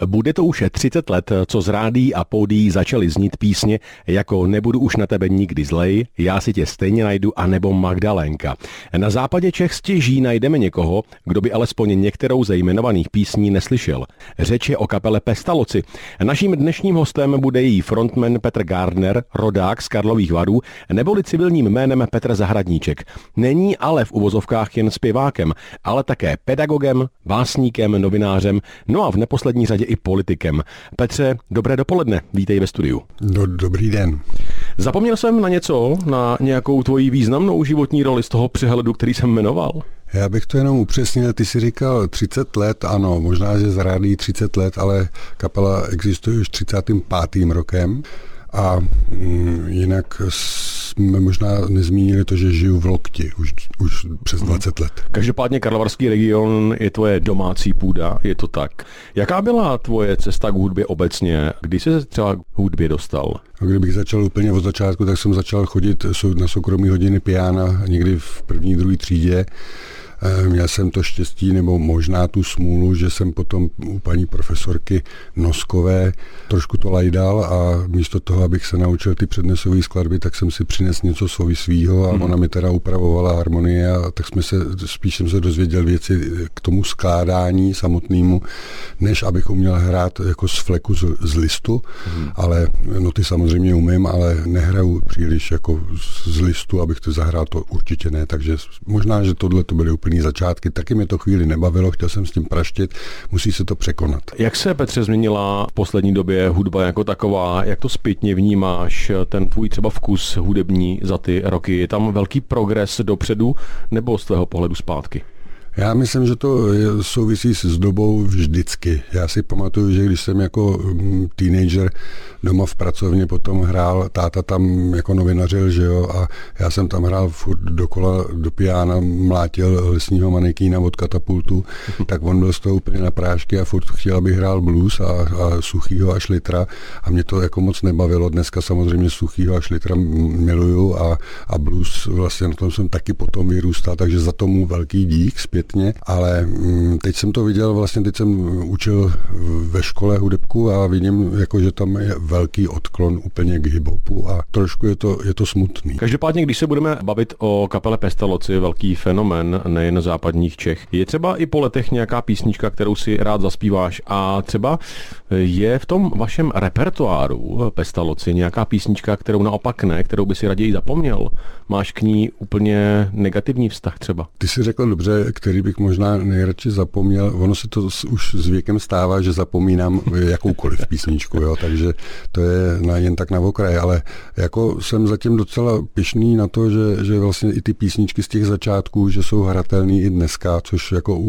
Bude to už 30 let, co z rádií a pódií začaly znít písně jako Nebudu už na tebe nikdy zlej, Já si tě stejně najdu a nebo Magdalénka. Na západě Čech stěží najdeme někoho, kdo by alespoň některou ze jmenovaných písní neslyšel. Řeč je o kapele Pestaloci. Naším dnešním hostem bude její frontman Petr Gardner, rodák z Karlových Varů, neboli civilním jménem Petr Zahradníček. Není ale v uvozovkách jen zpěvákem, ale také pedagogem, básníkem, novinářem, no a v neposlední řadě i politikem. Petře, dobré dopoledne, vítej ve studiu. Dobrý den. Zapomněl jsem na něco, na nějakou tvoji významnou životní roli z toho přehledu, který jsem jmenoval? Já bych to jenom upřesnil, ty jsi říkal 30 let, ano, možná, že z rádií 30 let, ale kapela existuje už 35. rokem a jinak jsme možná nezmínili to, že žiju v Lokti už přes 20 let. Každopádně Karlovarský region je tvoje domácí půda, je to tak. Jaká byla tvoje cesta k hudbě obecně? Kdy jsi se třeba k hudbě dostal? Kdybych začal úplně od začátku, tak jsem začal chodit na soukromé hodiny piana někdy v první, druhé třídě. Měl jsem to štěstí, nebo možná tu smůlu, že jsem potom u paní profesorky Noskové trošku to lajdal a místo toho, abych se naučil ty přednesové skladby, tak jsem si přinesl něco svýho a ona mi teda upravovala harmonie a tak spíš jsem se dozvěděl věci k tomu skládání samotnému, než abych uměl hrát jako z fleku z listu, ale noty samozřejmě umím, ale nehraju příliš jako z listu, abych to zahrál, to určitě ne, takže možná, že tohle to byly úplně začátky, taky mě to chvíli nebavilo, chtěl jsem s tím praštit, musí se to překonat. Jak se, Petře, změnila v poslední době hudba jako taková? Jak to zpětně vnímáš, ten tvůj třeba vkus hudební za ty roky? Je tam velký progres dopředu nebo z tvého pohledu zpátky? Já myslím, že to souvisí s dobou vždycky. Já si pamatuju, že když jsem jako teenager doma v pracovně potom hrál, táta tam jako novinařil, že jo, a já jsem tam hrál furt dokola do piana, mlátil lesního manekýna od Katapultu, tak on byl z toho úplně na prášky a furt chtěl, abych hrál blues a Suchýho a Šlitra a mě to jako moc nebavilo. Dneska samozřejmě Suchýho a Šlitra miluju a blues vlastně na tom jsem taky potom vyrůstal, takže za tomu velký dík zpětně, ale teď jsem to viděl, vlastně teď jsem učil ve škole hudebku a vidím, jako, že tam je velký odklon úplně k hip-hopu a trošku je to smutný. Každopádně, když se budeme bavit o kapele Pestaloci, velký fenomén nejen západních Čech, je třeba i po letech nějaká písnička, kterou si rád zaspíváš a třeba je v tom vašem repertoáru Pestaloci nějaká písnička, kterou naopak ne, kterou by si raději zapomněl? Máš k ní úplně negativní vztah třeba? Ty jsi řekl dobře, který bych možná nejradši zapomněl. Ono se to už s věkem stává, že zapomínám jakoukoliv písničku, jo, takže to je jen tak na okraji, ale jako jsem zatím docela pyšný na to, že vlastně i ty písničky z těch začátků, že jsou hratelný i dneska, což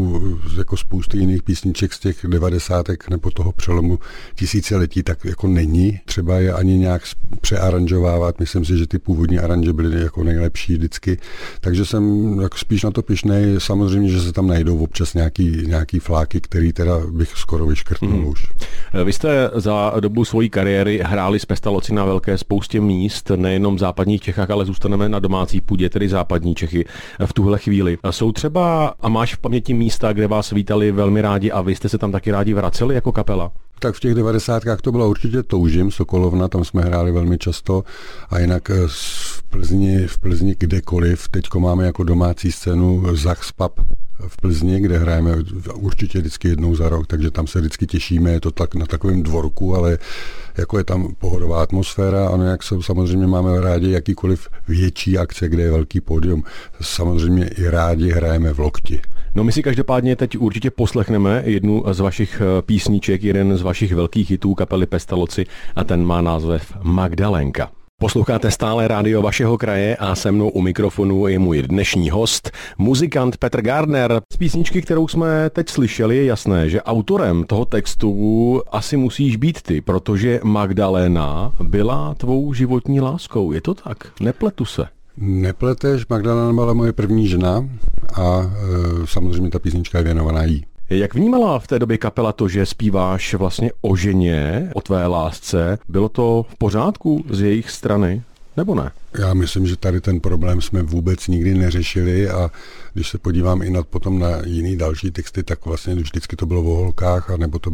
jako spousty jiných písniček z těch 90. nebo toho přelomu tisíciletí, tak jako není. Třeba je ani nějak přearanžovávat. Myslím si, že ty původní aranže byly jako nejlepší vždycky. Takže jsem jako spíš na to pyšnej. Samozřejmě, že se tam najdou občas nějaký fláky, který teda bych skoro vyškrtnul už. Vy jste za dobu svojí kariéry hráli s Pestaloci na velké spoustě míst, nejenom v západních Čechách, ale zůstaneme na domácí půdě, tedy západní Čechy v tuhle chvíli. Jsou třeba, a máš v paměti místa, kde vás vítali velmi rádi a vy jste se tam taky rádi vraceli jako kapela? Tak v těch 90kách to byla určitě Toužim, Sokolovna, tam jsme hráli velmi často a jinak v Plzni kdekoliv. Teďko máme jako domácí scénu Zachs Pub v Plzni, kde hrajeme určitě vždycky jednou za rok, takže tam se vždycky těšíme, je to tak na takovém dvorku, ale jako je tam pohodová atmosféra a jak samozřejmě máme rádi jakýkoliv větší akce, kde je velký pódium. Samozřejmě i rádi hrajeme v Lokti. No my si každopádně teď určitě poslechneme jednu z vašich písniček, jeden z vašich velkých hitů kapely Pestaloci a ten má název Magdalénka. Posloucháte stále rádio vašeho kraje a se mnou u mikrofonu je můj dnešní host, muzikant Petr Gardner. Z písničky, kterou jsme teď slyšeli, je jasné, že autorem toho textu asi musíš být ty, protože Magdaléna byla tvou životní láskou. Je to tak? Nepletu se. Nepleteš, Magdaléna byla moje první žena a samozřejmě ta písnička je věnovaná jí. Jak vnímala v té době kapela to, že zpíváš vlastně o ženě, o tvé lásce? Bylo to v pořádku z jejich strany? nebo ne? Já myslím, že tady ten problém jsme vůbec nikdy neřešili a když se podívám i potom na jiný další texty, tak vlastně vždycky to bylo o holkách, a nebo to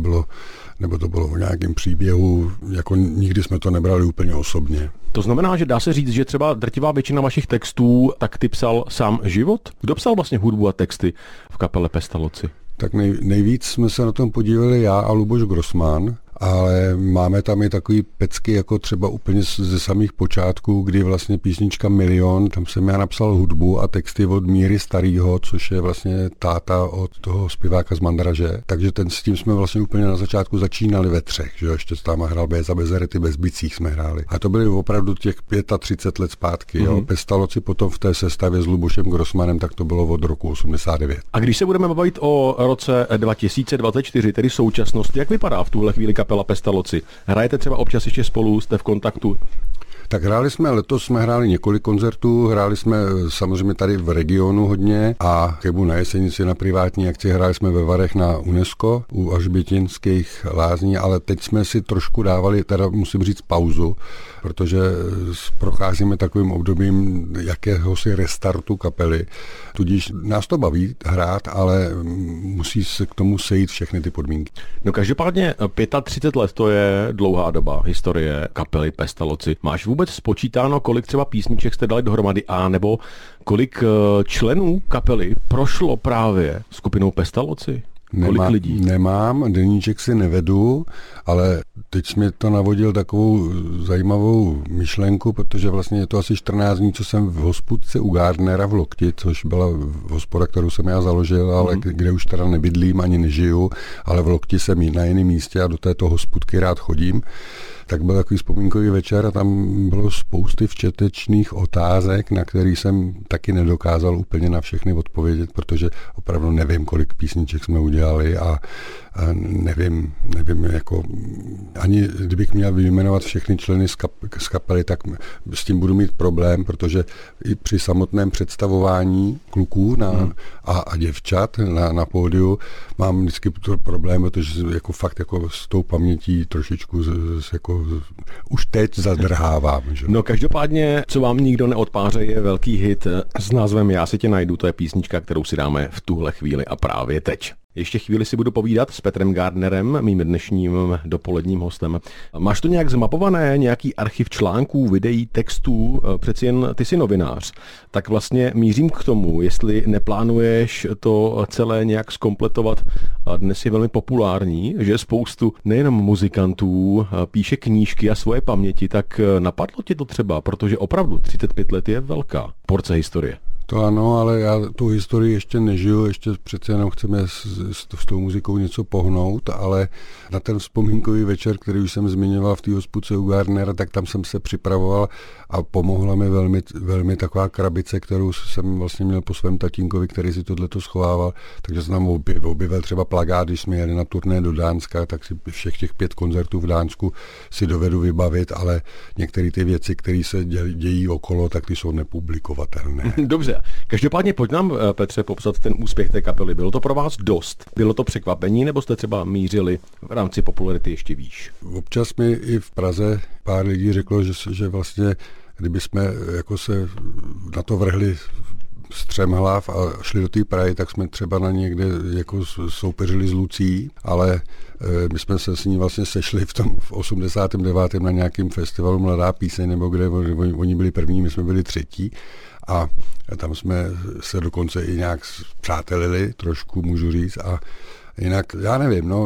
bylo o nějakém příběhu, jako nikdy jsme to nebrali úplně osobně. To znamená, že dá se říct, že třeba drtivá většina vašich textů, tak ty psal sám život? Kdo psal vlastně hudbu a texty v kapele Pestalozzi? Tak nejvíc jsme se na tom podívali já a Luboš Grossman, ale máme tam i takový pecky, jako třeba úplně ze samých počátků, kdy vlastně písnička Milion, tam jsem já napsal hudbu a texty od Míry Starýho, což je vlastně táta od toho zpěváka z Mandraže. Takže s tím jsme vlastně úplně na začátku začínali ve třech, že jo, ještě tam hrál Bez a Bezerety, Bez bicích jsme hráli. A to byly opravdu těch 35 let zpátky, jo. Pestalozzi potom v té sestavě s Lubošem Grossmanem, tak to bylo od roku 89. A když se budeme bavit o roce 2024, tedy současnosti, jak vypadá v tuhle chvíli kapela Pestalozzi? Hrajete třeba občas ještě spolu, jste v kontaktu? Tak letos jsme hráli několik koncertů, hráli jsme samozřejmě tady v regionu hodně a Chebu na Jesenici na privátní akci, hráli jsme ve Varech na UNESCO u Alžbětinských lázní, ale teď jsme si trošku dávali, teda musím říct, pauzu, protože procházíme takovým obdobím jakéhosi restartu kapely, tudíž nás to baví hrát, ale musí se k tomu sejít všechny ty podmínky. No každopádně 35 let to je dlouhá doba historie kapely Pestalozzi. Máš vůbec spočítáno, kolik třeba písniček jste dali dohromady, a nebo kolik členů kapely prošlo právě skupinou Pestalozzi? Kolik lidí? Nemám, deníček si nevedu, ale teď jsi mi to navodil takovou zajímavou myšlenku, protože vlastně je to asi 14 dní, co jsem v hospůdce u Gardnera v Lokti, což byla hospoda, kterou jsem já založil, ale kde už teda nebydlím ani nežiju, ale v Lokti jsem na jiném místě a do této hospůdky rád chodím. Tak byl takový vzpomínkový večer a tam bylo spousty včetečných otázek, na který jsem taky nedokázal úplně na všechny odpovědět, protože opravdu nevím, kolik písniček jsme udělali a nevím, jako ani kdybych měl vyjmenovat všechny členy z kapely, tak s tím budu mít problém, protože i při samotném představování kluků a děvčat na pódiu mám vždycky problém, protože jako fakt jako s tou pamětí trošičku jako už teď zadrhávám. Že? No každopádně, co vám nikdo neodpáře, je velký hit s názvem Já si tě najdu, to je písnička, kterou si dáme v tuhle chvíli a právě teď. Ještě chvíli si budu povídat s Petrem Gardnerem, mým dnešním dopoledním hostem. Máš to nějak zmapované, nějaký archiv článků, videí, textů, přeci jen ty jsi novinář. Tak vlastně mířím k tomu, jestli neplánuješ to celé nějak zkompletovat. Dnes je velmi populární, že spoustu nejenom muzikantů píše knížky a svoje paměti, tak napadlo ti to třeba, protože opravdu 35 let je velká porce historie. To ano, ale já tu historii ještě nežiju, ještě přece jenom chceme s tou muzikou něco pohnout, ale na ten vzpomínkový večer, který už jsem zmiňoval v té hospůdce u Gardnera, tak tam jsem se připravoval a pomohla mi velmi, velmi taková krabice, kterou jsem vlastně měl po svém tatínkovi, který si tohleto schovával, takže jsem tam objevil třeba plakát, když jsme jeli na turné do Dánska, tak si všech těch 5 koncertů v Dánsku si dovedu vybavit, ale některé ty věci, které se dějí okolo, tak ty jsou nepublikovatelné. Dobře. Každopádně pojď nám, Petře, popsat ten úspěch té kapely. Bylo to pro vás dost? Bylo to překvapení, nebo jste třeba mířili v rámci popularity ještě výš? Občas mi i v Praze pár lidí řeklo, že vlastně, kdyby jsme jako se na to vrhli střemhlav a šli do té Prahy, tak jsme třeba na někde jako soupeřili s Lucí, ale my jsme se s ní vlastně sešli v 89. na nějakém festivalu Mladá píseň, nebo kde oni byli první, my jsme byli třetí. A tam jsme se dokonce i nějak přátelili, trošku můžu říct, a jinak, já nevím, no,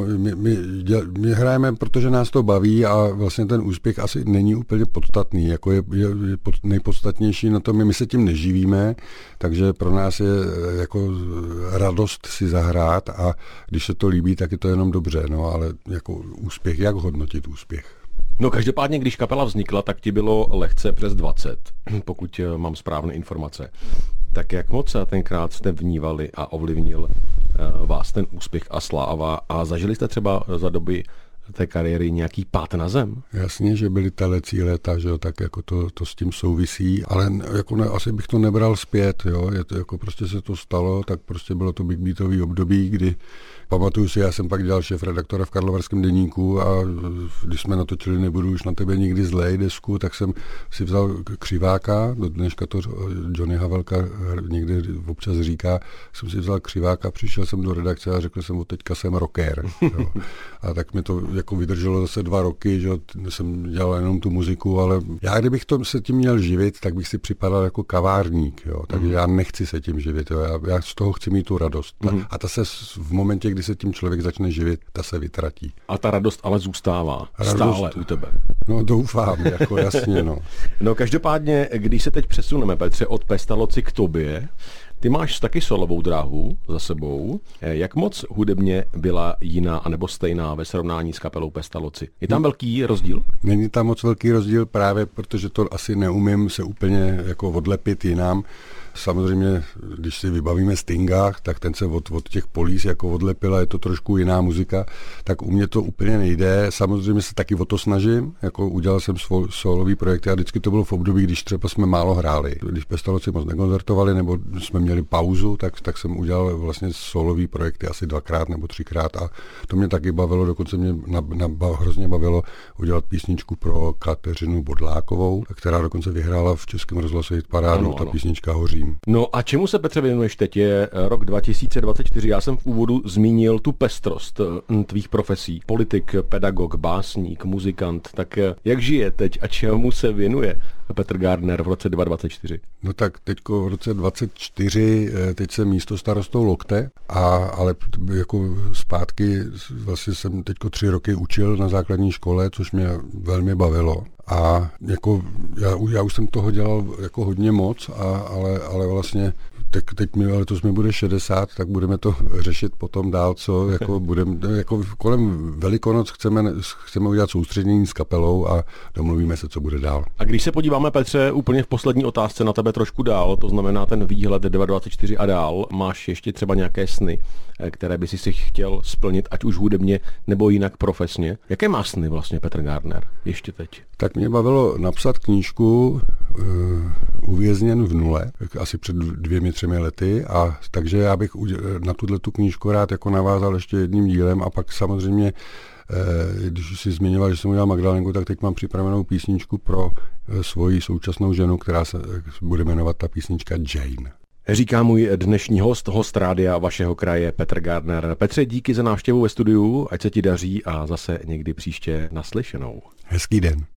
my hrajeme, protože nás to baví a vlastně ten úspěch asi není úplně podstatný, jako je nejpodstatnější na tom, my se tím neživíme, takže pro nás je jako radost si zahrát a když se to líbí, tak je to jenom dobře, no, ale jako úspěch, jak hodnotit úspěch? No každopádně, když kapela vznikla, tak ti bylo lehce přes 20, pokud mám správné informace. Tak jak moc tenkrát jste vnívali a ovlivnil vás ten úspěch a sláva a zažili jste třeba za doby té kariéry nějaký pád na zem? Jasně, že byly telecí léta, že jo, tak jako to s tím souvisí, ale jako asi bych to nebral zpět, jo, je to jako prostě se to stalo, tak prostě bylo to big beatový období, kdy pamatuju si, já jsem pak dělal šéfredaktora v Karlovarském deníku a když jsme natočili Nebudu už na tebe nikdy zlej desku, tak jsem si vzal Křiváka, do dneška to Johnny Havelka někdy občas říká, jsem si vzal Křiváka, přišel jsem do redakce a řekl jsem, teďka jsem rocker. Jo. A tak mi to jako vydrželo zase 2 roky, že jsem dělal jenom tu muziku, ale já kdybych se tím měl živit, tak bych si připadal jako kavárník, jo. Takže já nechci se tím živit, jo. Já z toho chci mít tu radost. A ta se v momentě, kdy se tím člověk začne živit, ta se vytratí. A ta radost ale zůstává stále u tebe. No doufám, jako jasně, no. No každopádně, když se teď přesuneme, Petře, od Pestalozzi k tobě, ty máš taky solovou dráhu za sebou. Jak moc hudebně byla jiná anebo stejná ve srovnání s kapelou Pestalozzi? Je tam velký rozdíl? Není tam moc velký rozdíl právě, protože to asi neumím se úplně jako odlepit jinam. Samozřejmě, když si vybavíme Stinga, tak ten se od těch Police jako odlepil a je to trošku jiná muzika, tak u mě to úplně nejde. Samozřejmě se taky o to snažím, jako udělal jsem solový projekty a vždycky to bylo v období, když třeba jsme málo hráli. Když Pestalozzi moc nekoncertovali nebo jsme měli pauzu, tak jsem udělal vlastně solový projekty asi 2x nebo 3x a to mě taky bavilo, dokonce mě hrozně bavilo udělat písničku pro Kateřinu Bodlákovou, která dokonce vyhrála v Českém rozhlasu hitparádu, ta písnička Hoří. No a čemu se, Petře, věnuješ teď? Je rok 2024. Já jsem v úvodu zmínil tu pestrost tvých profesí. Politik, pedagog, básník, muzikant. Tak jak žije teď a čemu se věnuje Petr Gardner v roce 2024? No tak teďko v roce 2024, teď jsem místostarostou Lokte, ale jako zpátky vlastně jsem teďko 3 roky učil na základní škole, což mě velmi bavilo. A jako já už jsem toho dělal jako hodně moc, ale vlastně teď mi letos mi bude 60, tak budeme to řešit potom dál, co jako jako kolem Velikonoc chceme udělat soustředění s kapelou a domluvíme se, co bude dál. A když se podíváme, Petře, úplně v poslední otázce na tebe trošku dál, to znamená ten výhled 2024 a dál, máš ještě třeba nějaké sny, které by si chtěl splnit, ať už hudebně nebo jinak profesně. Jaké máš sny vlastně, Petr Gardner, ještě teď? Tak mě bavilo napsat knížku Uvězněn v nule, asi před 2-3 lety, a takže já bych na tu knížku rád jako navázal ještě jedním dílem a pak samozřejmě, když si zmiňoval, že jsem udělal Magdalenku, tak teď mám připravenou písničku pro svoji současnou ženu, která se bude jmenovat ta písnička Jane. Říká můj dnešní host rádia vašeho kraje Petr Gardner. Petře, díky za návštěvu ve studiu, ať se ti daří a zase někdy příště naslyšenou. Hezký den.